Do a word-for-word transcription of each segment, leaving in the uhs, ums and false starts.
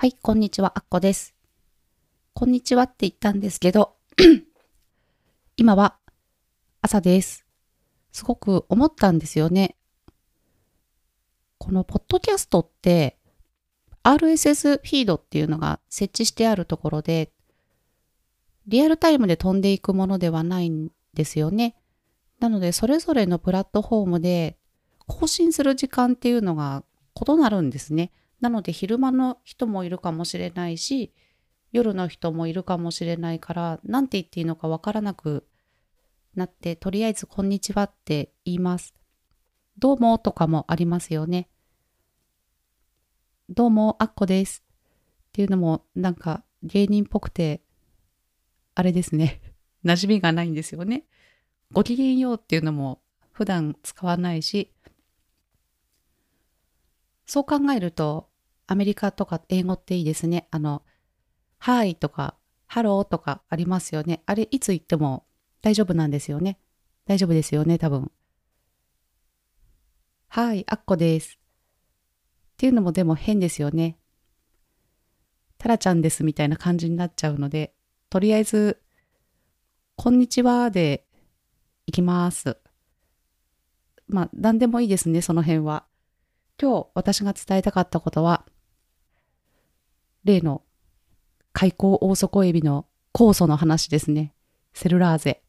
はい、こんにちは、あっこです。こんにちはって言ったんですけど、今は朝です。すごく思ったんですよね。このポッドキャストって アールエスエス フィードっていうのが設置してあるところで、リアルタイムで飛んでいくものではないんですよね。なので、それぞれのプラットフォームで更新する時間っていうのが異なるんですね。なので、昼間の人もいるかもしれないし、夜の人もいるかもしれないから、なんて言っていいのかわからなくなって、とりあえずこんにちはって言います。どうもとかもありますよね。どうも、あっこですっていうのもなんか芸人っぽくて、あれですね。馴染みがないんですよね。ごきげんようっていうのも普段使わないし、そう考えるとアメリカとか英語っていいですね。あの、はいとか、ハローとかありますよね。あれいつ言っても大丈夫なんですよね。大丈夫ですよね、多分。はい、あっこです。っていうのもでも変ですよね。タラちゃんですみたいな感じになっちゃうので、とりあえず、こんにちはでいきます。まあ、なんでもいいですね、その辺は。今日私が伝えたかったことは、例の開口大底エビの酵素の話ですね。セルラーゼ。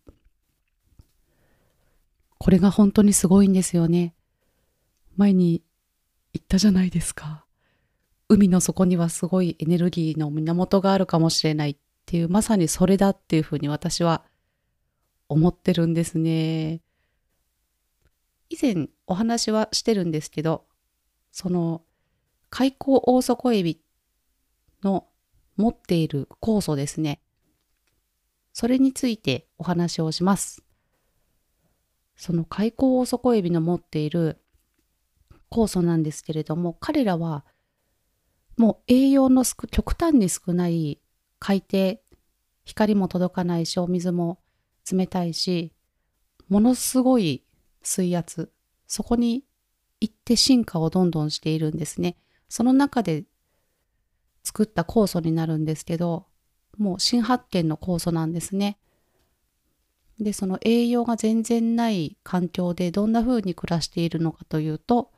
これが本当にすごいんですよね。前に言ったじゃないですか。海の底にはすごいエネルギーの源があるかもしれないっていう、まさにそれだっていうふうに私は思ってるんですね。以前お話はしてるんですけど、その開口大底エビの持っている酵素ですね。それについてお話をします。その開口大底エビの持っている酵素なんですけれども、彼らはもう栄養の極端に少ない海底、光も届かないし、お水も冷たいし、ものすごい水圧、そこに行って進化をどんどんしているんですね。その中で作った酵素になるんですけど、もう新発見の酵素なんですね。で、その栄養が全然ない環境でどんな風に暮らしているのかというと、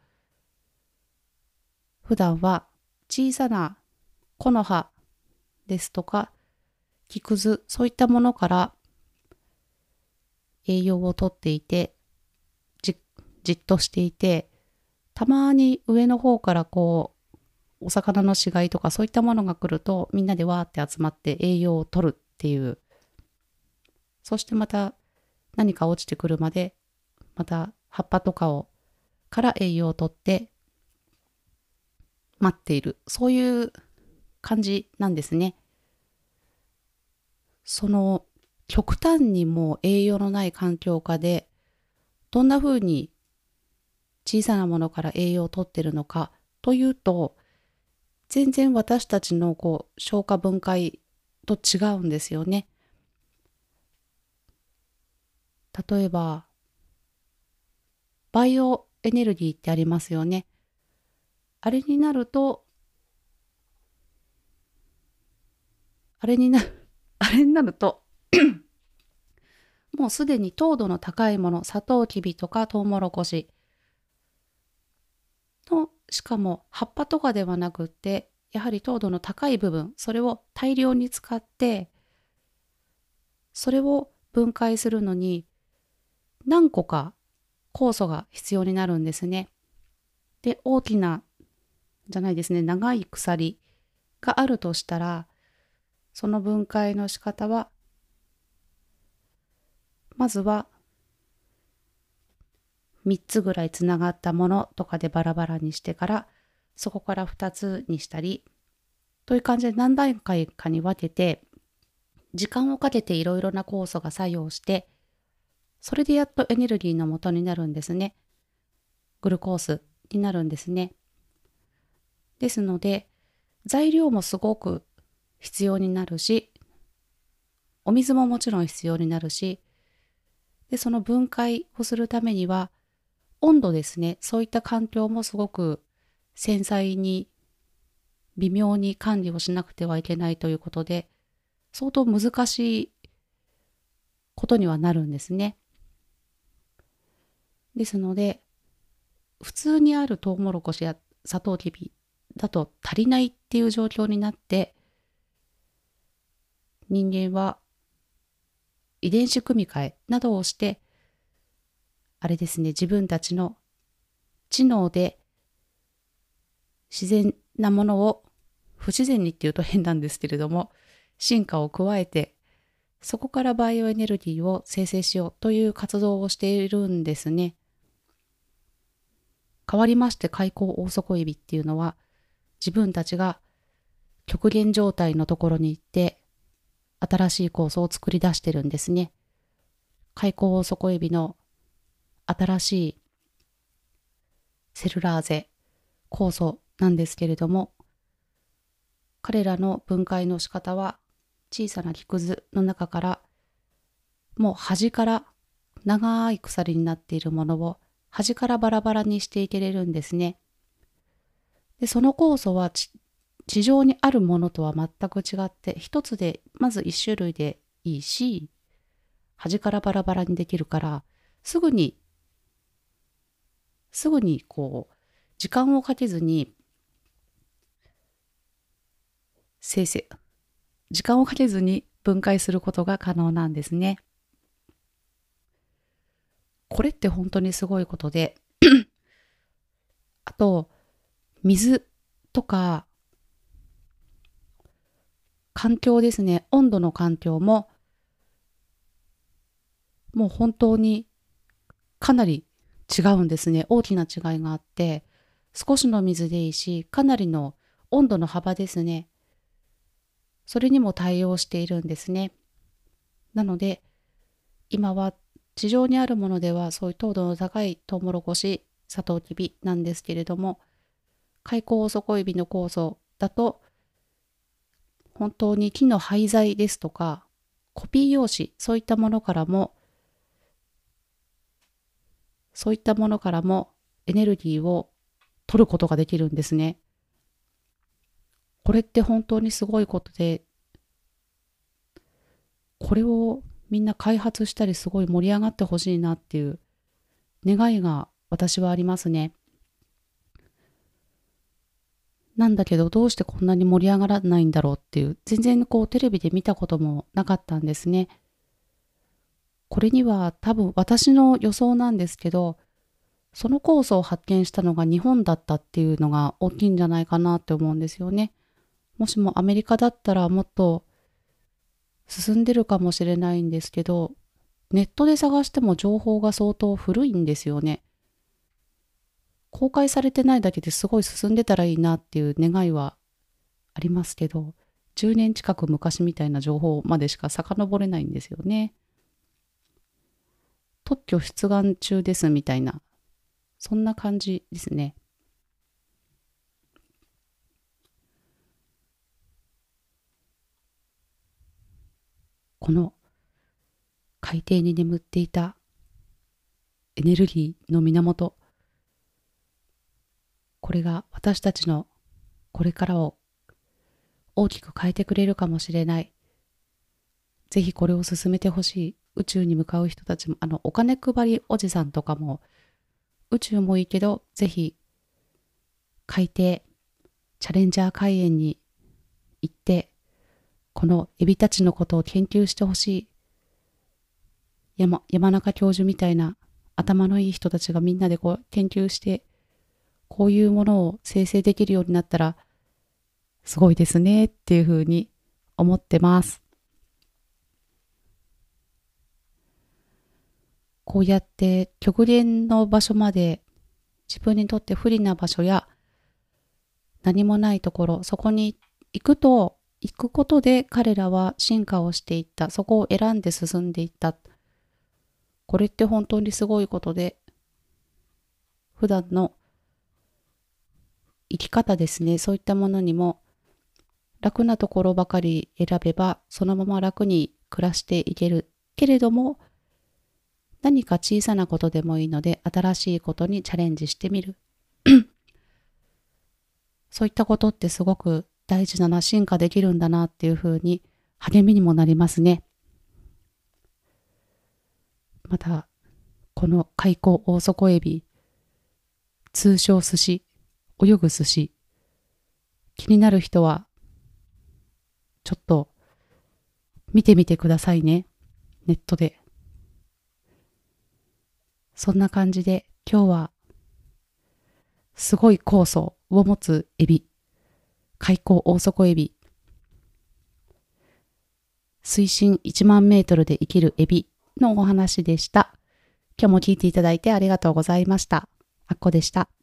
普段は小さな木の葉ですとか木くず、そういったものから栄養をとっていて、じ、じっとしていて、たまに上の方からこう、お魚の死骸とかそういったものが来ると、みんなでわーって集まって栄養を取るっていう。そしてまた何か落ちてくるまで、また葉っぱとかを、から栄養を取って待っている。そういう感じなんですね。その極端にもう栄養のない環境下で、どんな風に小さなものから栄養を取っているのかというと、全然私たちのこう消化分解と違うんですよね。例えば、バイオエネルギーってありますよね。あれになると、あれになる、あれになると、もうすでに糖度の高いもの、サトウキビとかトウモロコシの、しかも葉っぱとかではなくって、やはり糖度の高い部分、それを大量に使って、それを分解するのに何個か酵素が必要になるんですね。で、大きな、じゃないですね、長い鎖があるとしたら、その分解の仕方は、まずはみっつぐらいつながったものとかでバラバラにしてから、そこからふたつにしたり、という感じで何段階かに分けて、時間をかけていろいろな酵素が作用して、それでやっとエネルギーの元になるんですね。グルコースになるんですね。ですので、材料もすごく必要になるし、お水ももちろん必要になるし、で、その分解をするためには、温度ですね。そういった環境もすごく繊細に微妙に管理をしなくてはいけないということで、相当難しいことにはなるんですね。ですので、普通にあるトウモロコシやサトウキビだと足りないっていう状況になって、人間は遺伝子組み換えなどをして、あれですね、自分たちの知能で自然なものを、不自然にっていうと変なんですけれども、進化を加えて、そこからバイオエネルギーを生成しようという活動をしているんですね。変わりまして開口オオソコエビっていうのは、自分たちが極限状態のところに行って、新しい酵素を作り出してるんですね。開口オオソコエビの新しいセルラーゼ酵素なんですけれども、彼らの分解の仕方は小さな木くずの中からもう端から長い鎖になっているものを端からバラバラにしていけれるんですね。で、その酵素は地上にあるものとは全く違って一つでまず一種類でいいし、端からバラバラにできるからすぐにすぐにこう時間をかけずに生成時間をかけずに分解することが可能なんですね。これって本当にすごいことであと水とか環境ですね、温度の環境ももう本当にかなり違うんですね。大きな違いがあって、少しの水でいいし、かなりの温度の幅ですね。それにも対応しているんですね。なので、今は地上にあるものではそういう糖度の高いトウモロコシ、サトウキビなんですけれども、開口オオソコエビの酵素だと、本当に木の廃材ですとか、コピー用紙、そういったものからも、そういったものからもエネルギーを取ることができるんですね。これって本当にすごいことで、これをみんな開発したりすごい盛り上がってほしいなっていう願いが私はありますね。なんだけどどうしてこんなに盛り上がらないんだろうっていう、全然こうテレビで見たこともなかったんですね。これには多分私の予想なんですけど、その酵素を発見したのが日本だったっていうのが大きいんじゃないかなって思うんですよね。もしもアメリカだったらもっと進んでるかもしれないんですけど、ネットで探しても情報が相当古いんですよね。公開されてないだけですごい進んでたらいいなっていう願いはありますけど、じゅうねん近く昔みたいな情報までしか遡れないんですよね。特許出願中ですみたいな、そんな感じですね。この海底に眠っていたエネルギーの源、これが私たちのこれからを大きく変えてくれるかもしれない。ぜひこれを進めてほしい。宇宙に向かう人たちも、あのお金配りおじさんとかも、宇宙もいいけどぜひ海底チャレンジャー海縁に行ってこのエビたちのことを研究してほしい。山山中教授みたいな頭のいい人たちがみんなでこう研究して、こういうものを生成できるようになったらすごいですねっていうふうに思ってます。こうやって極限の場所まで、自分にとって不利な場所や何もないところ、そこに行くと行くことで彼らは進化をしていった。そこを選んで進んでいった。これって本当にすごいことで、普段の生き方ですね、そういったものにも楽なところばかり選べばそのまま楽に暮らしていけるけれども、何か小さなことでもいいので新しいことにチャレンジしてみるそういったことってすごく大事だな、進化できるんだなっていう風に励みにもなりますね。また、この開口大底エビ、通称寿司、泳ぐ寿司、気になる人は、ちょっと見てみてくださいね。ネットで。そんな感じで今日はすごい酵素を持つエビ、開口大底エビ、水深いちまんメートルで生きるエビのお話でした。今日も聞いていただいてありがとうございました。あっこでした。